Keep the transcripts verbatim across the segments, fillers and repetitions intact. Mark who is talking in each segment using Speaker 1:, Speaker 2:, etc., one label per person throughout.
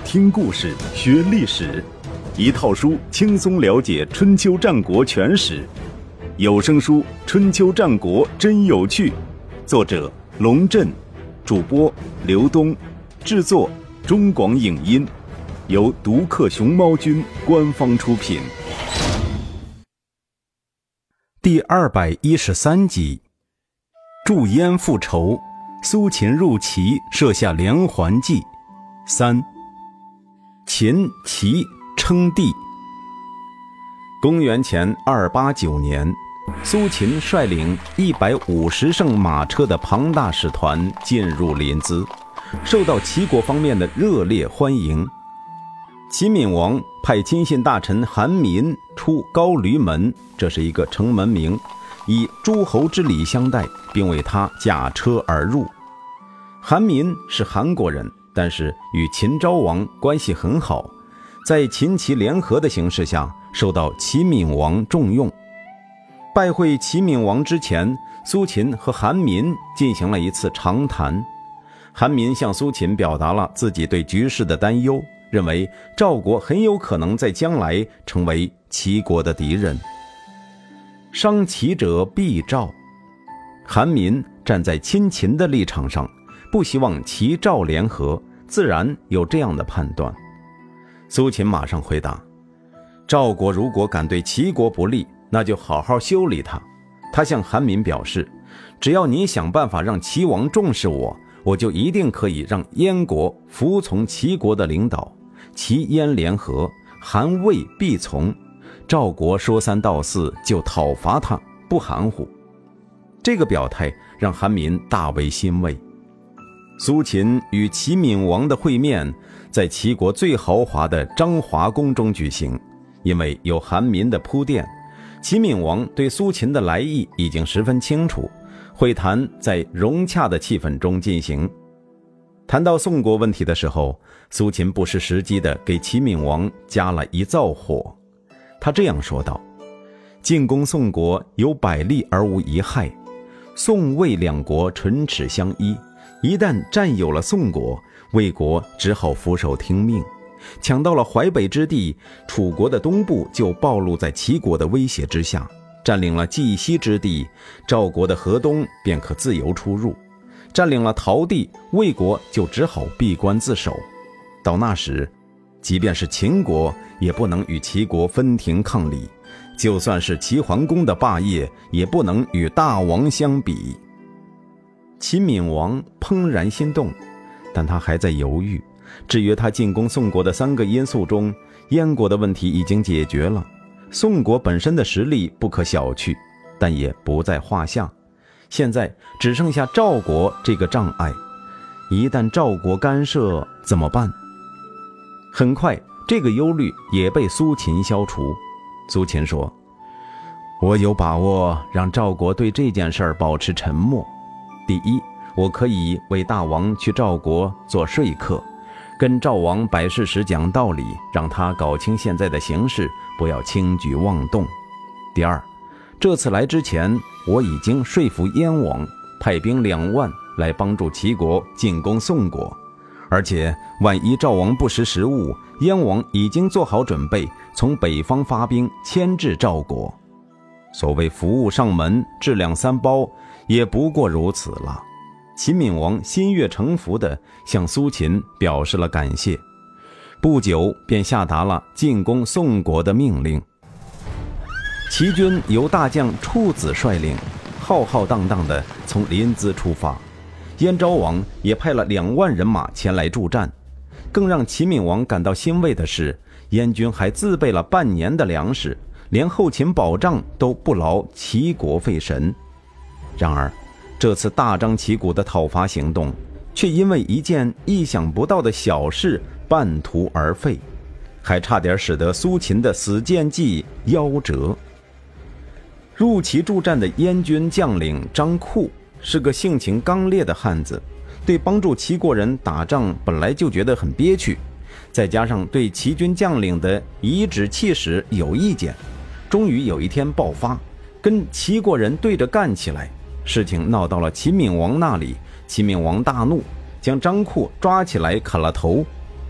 Speaker 1: 听故事学历史，一套书轻松了解春秋战国全史。有声书《春秋战国真有趣》，作者龙震，主播刘东，制作中广影音，由独克熊猫君官方出品。第二百一十三集，祝燕复仇，苏秦入齐设下连环计。三，秦齐称帝。公元前二八九年，苏秦率领一百五十乘马车的庞大使团进入临淄，受到齐国方面的热烈欢迎。齐闵王派亲信大臣韩民出高驴门，这是一个城门名，以诸侯之礼相待，并为他驾车而入。韩民是韩国人，但是与秦昭王关系很好，在秦齐联合的形势下，受到齐闵王重用。拜会齐闵王之前，苏秦和韩民进行了一次长谈。韩民向苏秦表达了自己对局势的担忧，认为赵国很有可能在将来成为齐国的敌人。伤齐者必赵。韩民站在亲秦的立场上，不希望齐赵联合，自然有这样的判断。苏秦马上回答，赵国如果敢对齐国不利，那就好好修理他。他向韩民表示，只要你想办法让齐王重视我，我就一定可以让燕国服从齐国的领导，齐燕联合，韩魏必从，赵国说三道四就讨伐他，不含糊。这个表态让韩民大为欣慰。苏秦与齐闵王的会面在齐国最豪华的章华宫中举行，因为有韩民的铺垫，齐闵王对苏秦的来意已经十分清楚，会谈在融洽的气氛中进行。谈到宋国问题的时候，苏秦不失时机地给齐闵王加了一灶火。他这样说道，进攻宋国有百利而无一害，宋魏两国唇齿相依，一旦占有了宋国，魏国只好俯首听命，抢到了淮北之地，楚国的东部就暴露在齐国的威胁之下，占领了冀西之地，赵国的河东便可自由出入，占领了陶地，魏国就只好闭关自守。到那时，即便是秦国也不能与齐国分庭抗礼，就算是齐桓公的霸业也不能与大王相比。齐闵王怦然心动，但他还在犹豫。至于他进攻宋国的三个因素中，燕国的问题已经解决了，宋国本身的实力不可小觑，但也不在话下。现在只剩下赵国这个障碍，一旦赵国干涉怎么办？很快，这个忧虑也被苏秦消除。苏秦说，我有把握让赵国对这件事儿保持沉默。第一，我可以为大王去赵国做说客，跟赵王摆事实讲道理，让他搞清现在的形势，不要轻举妄动。第二，这次来之前，我已经说服燕王派兵两万来帮助齐国进攻宋国，而且万一赵王不识时务，燕王已经做好准备，从北方发兵牵制赵国。所谓服务上门，质量三包，也不过如此了。齐闵王心悦诚服地向苏秦表示了感谢，不久便下达了进攻宋国的命令。齐军由大将处子率领，浩浩荡荡地从临淄出发，燕昭王也派了两万人马前来助战。更让齐闵王感到欣慰的是，燕军还自备了半年的粮食，连后勤保障都不劳齐国费神。然而这次大张旗鼓的讨伐行动，却因为一件意想不到的小事半途而废，还差点使得苏秦的死谏计夭折。入齐助战的燕军将领张库是个性情刚烈的汉子，对帮助齐国人打仗本来就觉得很憋屈，再加上对齐军将领的颐指气使有意见，终于有一天爆发，跟齐国人对着干起来。事情闹到了齐闵王那里，齐闵王大怒，将张库抓起来砍了头。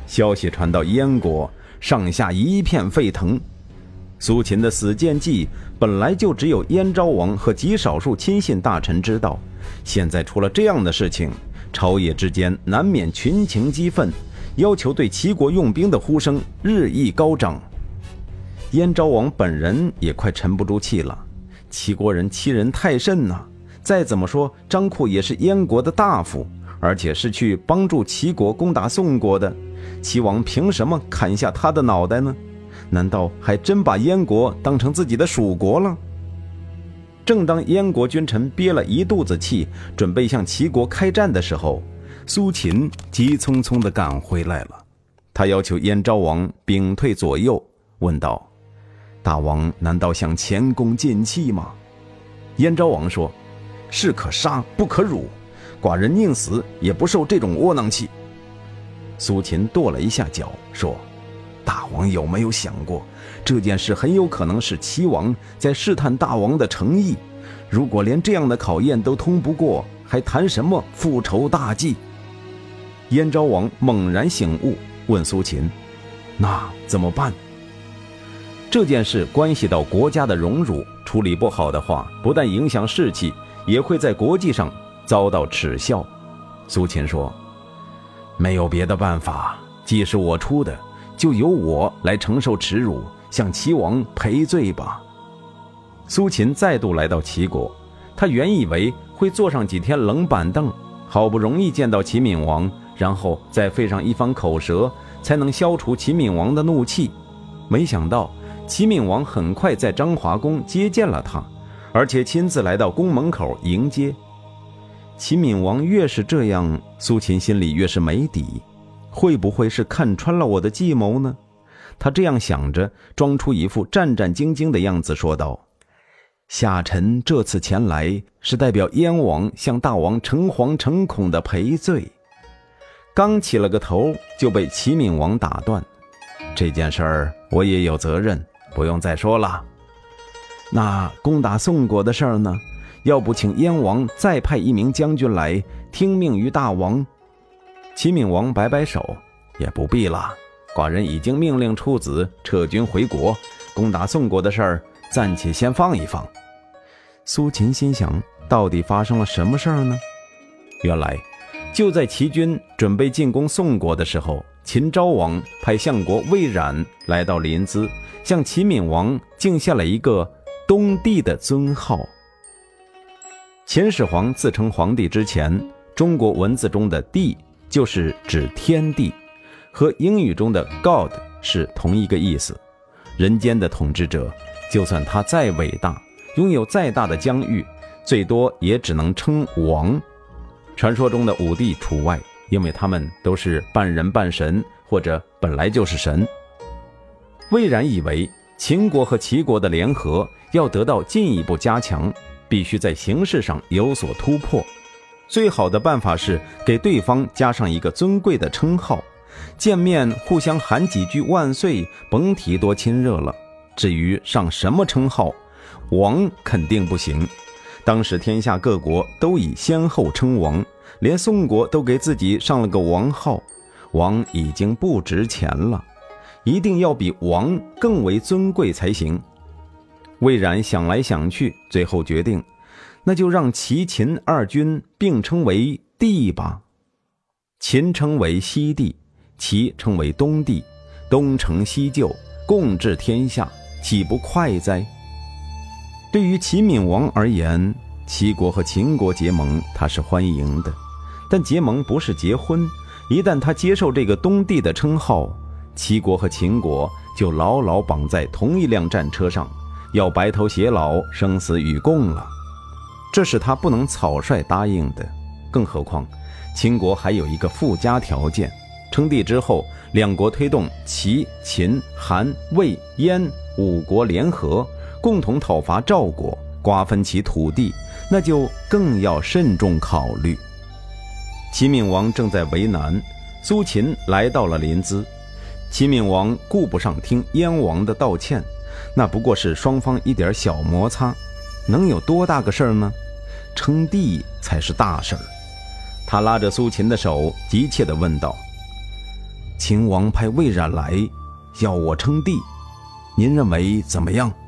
Speaker 1: 消息传到燕国，上下一片沸腾。苏秦的死谏计本来就只有燕昭王和极少数亲信大臣知道，现在出了这样的事情，朝野之间难免群情激愤，要求对齐国用兵的呼声日益高涨。燕昭王本人也快沉不住气了，齐国人欺人太甚呐、啊！再怎么说，张库也是燕国的大夫，而且是去帮助齐国攻打宋国的，齐王凭什么砍下他的脑袋呢？难道还真把燕国当成自己的属国了？正当燕国君臣憋了一肚子气，准备向齐国开战的时候，苏秦急匆匆地赶回来了。他要求燕昭王屏退左右，问道：大王难道想前功尽弃吗？燕昭王说：士可杀不可辱，寡人宁死也不受这种窝囊气。苏秦跺了一下脚说：大王有没有想过，这件事很有可能是齐王在试探大王的诚意，如果连这样的考验都通不过，还谈什么复仇大计？燕昭王猛然醒悟，问苏秦：那怎么办？这件事关系到国家的荣辱，处理不好的话，不但影响士气，也会在国际上遭到耻笑。苏秦说：没有别的办法，既是我出的，就由我来承受耻辱，向齐王赔罪吧。苏秦再度来到齐国，他原以为会坐上几天冷板凳，好不容易见到齐闵王，然后再费上一番口舌，才能消除齐闵王的怒气。没想到齐闵王很快在章华宫接见了他，而且亲自来到宫门口迎接。齐闵王越是这样，苏秦心里越是没底，会不会是看穿了我的计谋呢？他这样想着，装出一副战战兢兢的样子说道：下臣这次前来，是代表燕王向大王诚惶诚恐的赔罪。刚起了个头，就被齐闵王打断：这件事儿我也有责任，不用再说了。那攻打宋国的事儿呢？要不请燕王再派一名将军来，听命于大王？齐闵王摆摆手：也不必了，寡人已经命令出子撤军回国，攻打宋国的事儿暂且先放一放。苏秦心想，到底发生了什么事儿呢？原来就在齐军准备进攻宋国的时候，秦昭王派相国魏冉来到临淄，向齐闵王敬下了一个东帝的尊号。秦始皇自称皇帝之前，中国文字中的帝就是指天地，和英语中的 God 是同一个意思。人间的统治者，就算他再伟大，拥有再大的疆域，最多也只能称王。传说中的五帝除外，因为他们都是半人半神，或者本来就是神。魏冉以为秦国和齐国的联合要得到进一步加强，必须在形式上有所突破。最好的办法是给对方加上一个尊贵的称号，见面互相喊几句万岁，甭提多亲热了。至于上什么称号，王肯定不行。当时天下各国都以先后称王，连宋国都给自己上了个王号，王已经不值钱了，一定要比王更为尊贵才行。魏冉想来想去，最后决定，那就让齐秦二军并称为帝吧。秦称为西帝，齐称为东帝，东成西就，共治天下，岂不快哉？对于齐闵王而言，齐国和秦国结盟他是欢迎的，但结盟不是结婚，一旦他接受这个东帝的称号，齐国和秦国就牢牢绑在同一辆战车上，要白头偕老，生死与共了。这是他不能草率答应的。更何况秦国还有一个附加条件，称帝之后，两国推动齐、秦、韩、魏、燕五国联合，共同讨伐赵国，瓜分其土地，那就更要慎重考虑。齐闵王正在为难，苏秦来到了临淄。齐闵王顾不上听燕王的道歉，那不过是双方一点小摩擦，能有多大个事儿呢？称帝才是大事儿。他拉着苏秦的手，急切地问道： 秦王派魏冉来，要我称帝，您认为怎么样？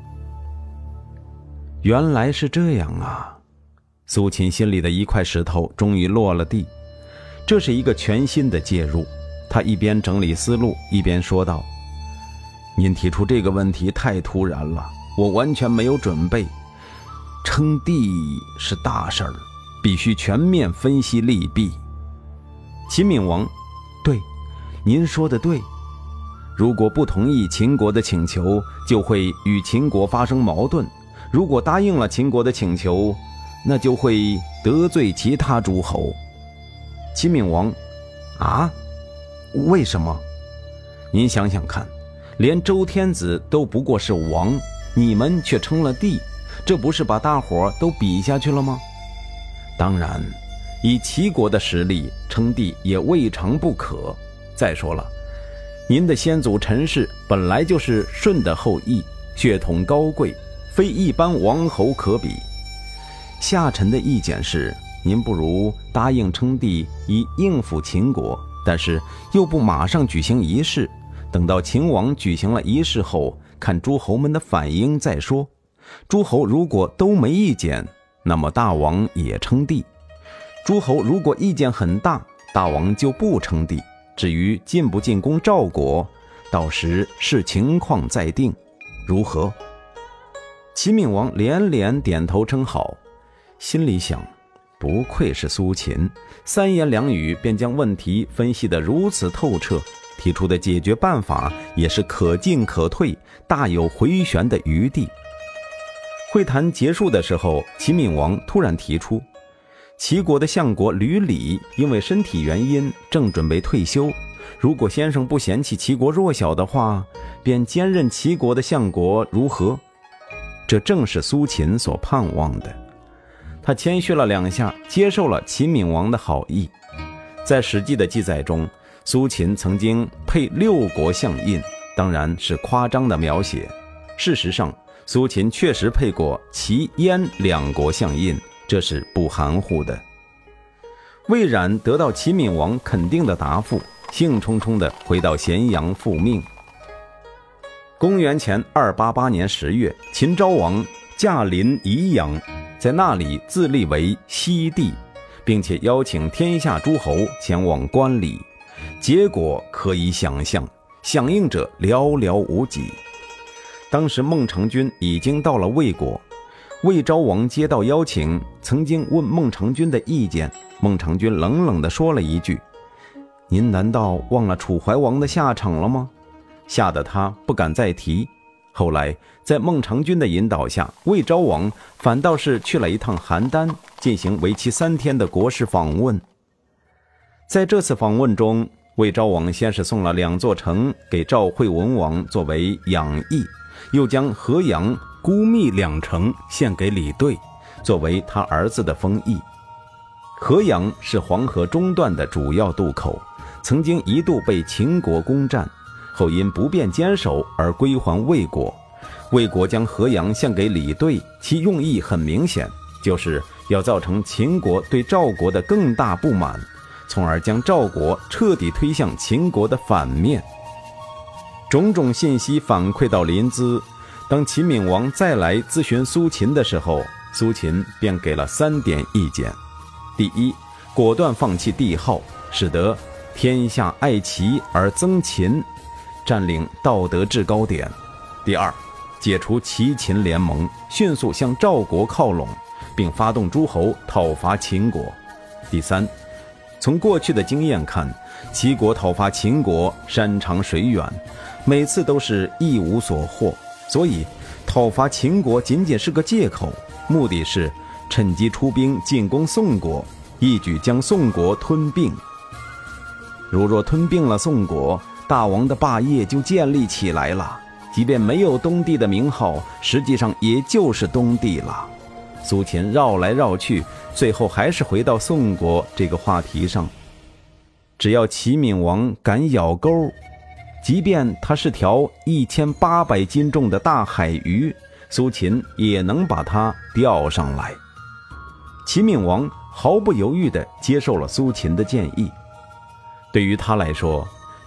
Speaker 1: 原来是这样啊！苏秦心里的一块石头终于落了地，这是一个全新的介入。他一边整理思路，一边说道：您提出这个问题太突然了，我完全没有准备。称帝是大事儿，必须全面分析利弊。秦闵王：对，您说的对。如果不同意秦国的请求，就会与秦国发生矛盾；如果答应了秦国的请求，那就会得罪其他诸侯。秦闵王：啊？为什么？您想想看，连周天子都不过是王，你们却称了帝，这不是把大伙都比下去了吗？当然，以齐国的实力，称帝也未尝不可。再说了，您的先祖陈氏本来就是舜的后裔，血统高贵，非一般王侯可比。下臣的意见是，您不如答应称帝，以应付秦国，但是又不马上举行仪式，等到秦王举行了仪式后，看诸侯们的反应再说。诸侯如果都没意见，那么大王也称帝；诸侯如果意见很大，大王就不称帝。至于进不进攻赵国，到时视情况再定，如何？齐闵王连连点头称好，心里想，不愧是苏秦，三言两语便将问题分析得如此透彻，提出的解决办法也是可进可退，大有回旋的余地。会谈结束的时候，齐闵王突然提出，齐国的相国吕礼因为身体原因正准备退休，如果先生不嫌弃齐国弱小的话，便兼任齐国的相国如何？这正是苏秦所盼望的。他谦虚了两下，接受了齐闵王的好意。在《史记》的记载中，苏秦曾经配六国相印，当然是夸张的描写。事实上，苏秦确实配过齐燕两国相印，这是不含糊的。魏冉得到齐闵王肯定的答复，兴冲冲地回到咸阳复命。公元前二八八年十月，秦昭王驾临宜阳，在那里自立为西帝，并且邀请天下诸侯前往观礼，结果可以想象，响应者寥寥无几。当时孟尝君已经到了魏国，魏昭王接到邀请，曾经问孟尝君的意见，孟尝君冷冷地说了一句：您难道忘了楚怀王的下场了吗？吓得他不敢再提。后来在孟尝君的引导下，魏昭王反倒是去了一趟邯郸，进行为期三天的国事访问。在这次访问中，魏昭王先是送了两座城给赵惠文王作为养邑，又将河阳、孤密两城献给李兑，作为他儿子的封邑。河阳是黄河中段的主要渡口，曾经一度被秦国攻占，后因不便坚守而归还魏国。魏国将河阳献给李兑，其用意很明显，就是要造成秦国对赵国的更大不满，从而将赵国彻底推向秦国的反面。种种信息反馈到临淄，当齐闵王再来咨询苏秦的时候，苏秦便给了三点意见。第一，果断放弃帝号，使得天下爱齐而憎秦，占领道德制高点。第二，解除齐秦联盟，迅速向赵国靠拢，并发动诸侯讨伐秦国。第三，从过去的经验看，齐国讨伐秦国山长水远，每次都是一无所获，所以讨伐秦国仅仅是个借口，目的是趁机出兵进攻宋国，一举将宋国吞并。如若吞并了宋国，大王的霸业就建立起来了，即便没有东帝的名号，实际上也就是东帝了。苏秦绕来绕去，最后还是回到宋国这个话题上。只要齐闵王敢咬钩，即便他是条一千八百斤重的大海鱼，苏秦也能把它钓上来。齐闵王毫不犹豫地接受了苏秦的建议。对于他来说，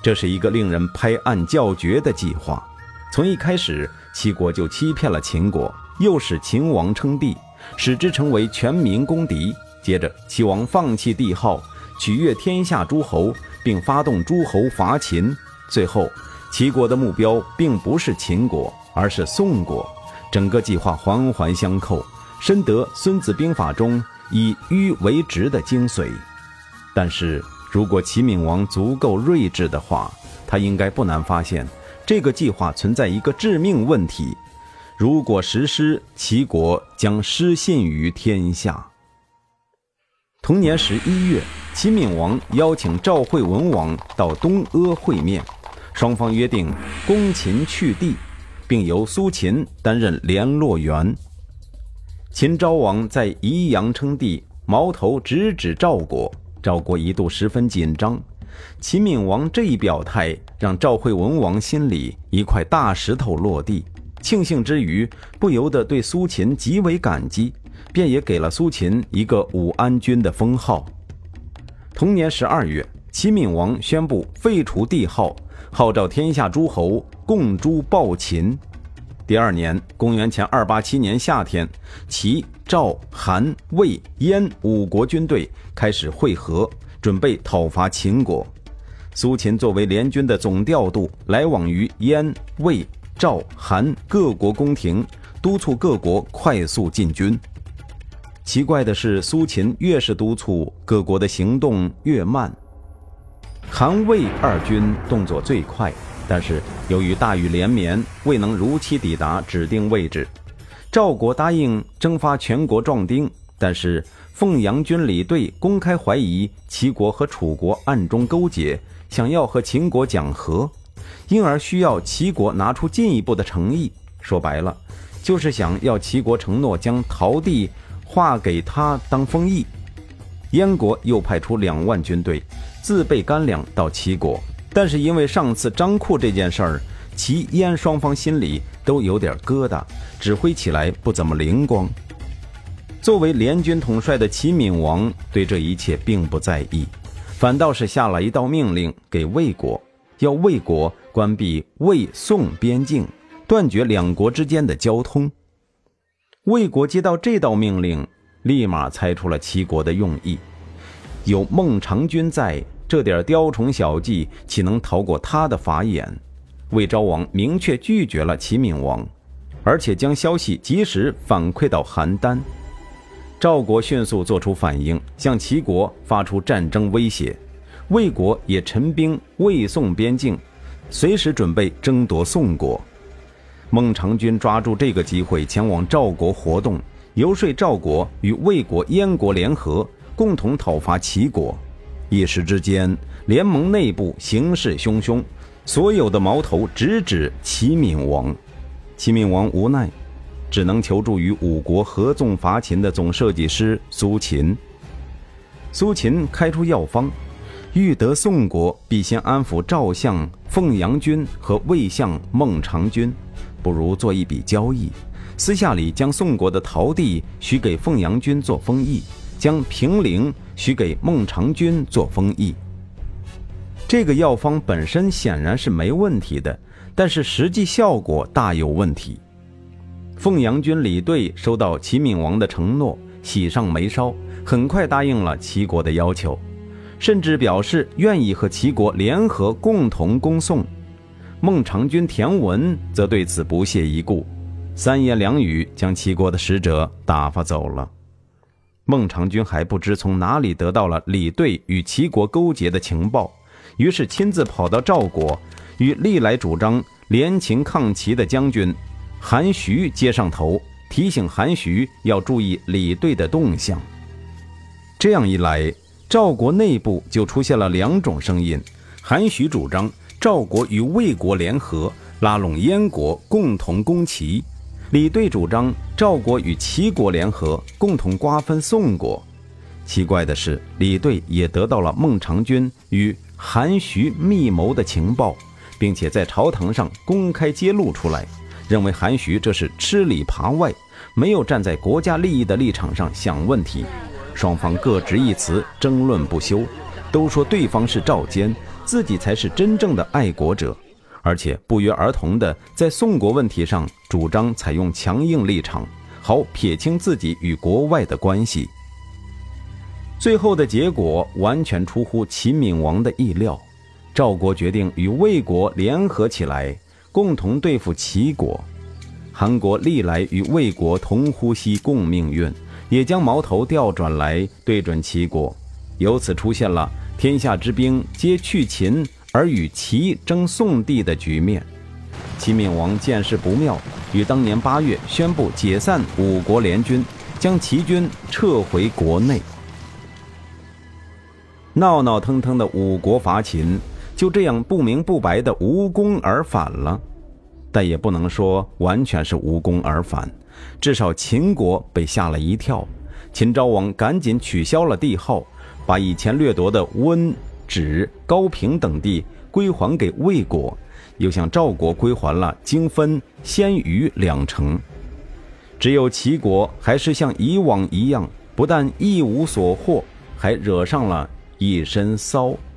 Speaker 1: 这是一个令人拍案叫绝的计划。从一开始，齐国就欺骗了秦国，诱使秦王称帝，使之成为全民公敌。接着，齐王放弃帝号，取悦天下诸侯，并发动诸侯伐秦。最后，齐国的目标并不是秦国，而是宋国。整个计划环环相扣，深得《孙子兵法》中以迂为直的精髓。但是，如果齐闵王足够睿智的话，他应该不难发现，这个计划存在一个致命问题：如果实施，齐国将失信于天下。同年十一月，齐闵王邀请赵惠文王到东阿会面，双方约定攻秦去地，并由苏秦担任联络员。秦昭王在宜阳称帝，矛头直指赵国，赵国一度十分紧张。齐闵王这一表态，让赵惠文王心里一块大石头落地，庆幸之余，不由得对苏秦极为感激，便也给了苏秦一个武安君的封号。同年十二月，齐闵王宣布废除帝号，号召天下诸侯共诛暴秦。第二年，公元前二八七年夏天，齐、赵、韩、魏、燕五国军队开始会合，准备讨伐秦国。苏秦作为联军的总调度，来往于燕、魏、赵、韩各国宫廷，督促各国快速进军。奇怪的是，苏秦越是督促，各国的行动越慢。韩魏二军动作最快，但是由于大雨连绵，未能如期抵达指定位置。赵国答应征发全国壮丁，但是凤阳军李队公开怀疑齐国和楚国暗中勾结，想要和秦国讲和，因而需要齐国拿出进一步的诚意。说白了，就是想要齐国承诺将陶地划给他当封邑。燕国又派出两万军队，自备干粮到齐国，但是因为上次张库这件事儿，齐燕双方心里都有点疙瘩，指挥起来不怎么灵光。作为联军统帅的齐闵王对这一切并不在意，反倒是下了一道命令给魏国，要魏国关闭魏宋边境，断绝两国之间的交通。魏国接到这道命令，立马猜出了齐国的用意。有孟尝君在，这点雕虫小技岂能逃过他的法眼？魏昭王明确拒绝了齐闵王，而且将消息及时反馈到邯郸。赵国迅速做出反应，向齐国发出战争威胁。魏国也陈兵魏宋边境，随时准备争夺宋国。孟尝君抓住这个机会前往赵国活动，游说赵国与魏国、燕国联合，共同讨伐齐国。一时之间，联盟内部形势汹汹，所有的矛头直指齐闵王。齐闵王无奈，只能求助于五国合纵伐秦的总设计师苏秦。苏秦开出药方，欲得宋国，必先安抚赵相凤阳君和魏相孟尝君，不如做一笔交易，私下里将宋国的陶地许给凤阳君做封邑，将平陵许给孟尝君做封邑。这个药方本身显然是没问题的，但是实际效果大有问题。凤阳君李队收到齐闵王的承诺，喜上眉梢，很快答应了齐国的要求，甚至表示愿意和齐国联合共同攻宋。孟尝君田文则对此不屑一顾，三言两语将齐国的使者打发走了。孟尝君还不知从哪里得到了李队与齐国勾结的情报，于是亲自跑到赵国，与历来主张联秦抗齐的将军韩徐接上头，提醒韩徐要注意李队的动向。这样一来，赵国内部就出现了两种声音，韩徐主张赵国与魏国联合，拉拢燕国共同攻齐；李队主张赵国与齐国联合，共同瓜分宋国。奇怪的是，李队也得到了孟尝君与韩徐密谋的情报，并且在朝堂上公开揭露出来，认为韩徐这是吃里扒外，没有站在国家利益的立场上想问题。双方各执一词，争论不休，都说对方是赵奸， 自己才是真正的爱国者，而且不约而同地在宋国问题上主张采用强硬立场，好撇清自己与国外的关系。最后的结果完全出乎秦闵王的意料，赵国决定与魏国联合起来，共同对付齐国。韩国历来与魏国同呼吸共命运，也将矛头调转来对准齐国，由此出现了天下之兵皆去秦而与齐争宋地的局面。秦闵王见势不妙，于当年八月宣布解散五国联军，将齐军撤回国内。闹闹腾腾的五国伐秦，就这样不明不白的无功而返了。但也不能说完全是无功而返，至少秦国被吓了一跳。秦昭王赶紧取消了帝号，把以前掠夺的温、芷、高平等地归还给魏国，又向赵国归还了荆分、鲜于两城。只有齐国还是像以往一样，不但一无所获，还惹上了一身骚。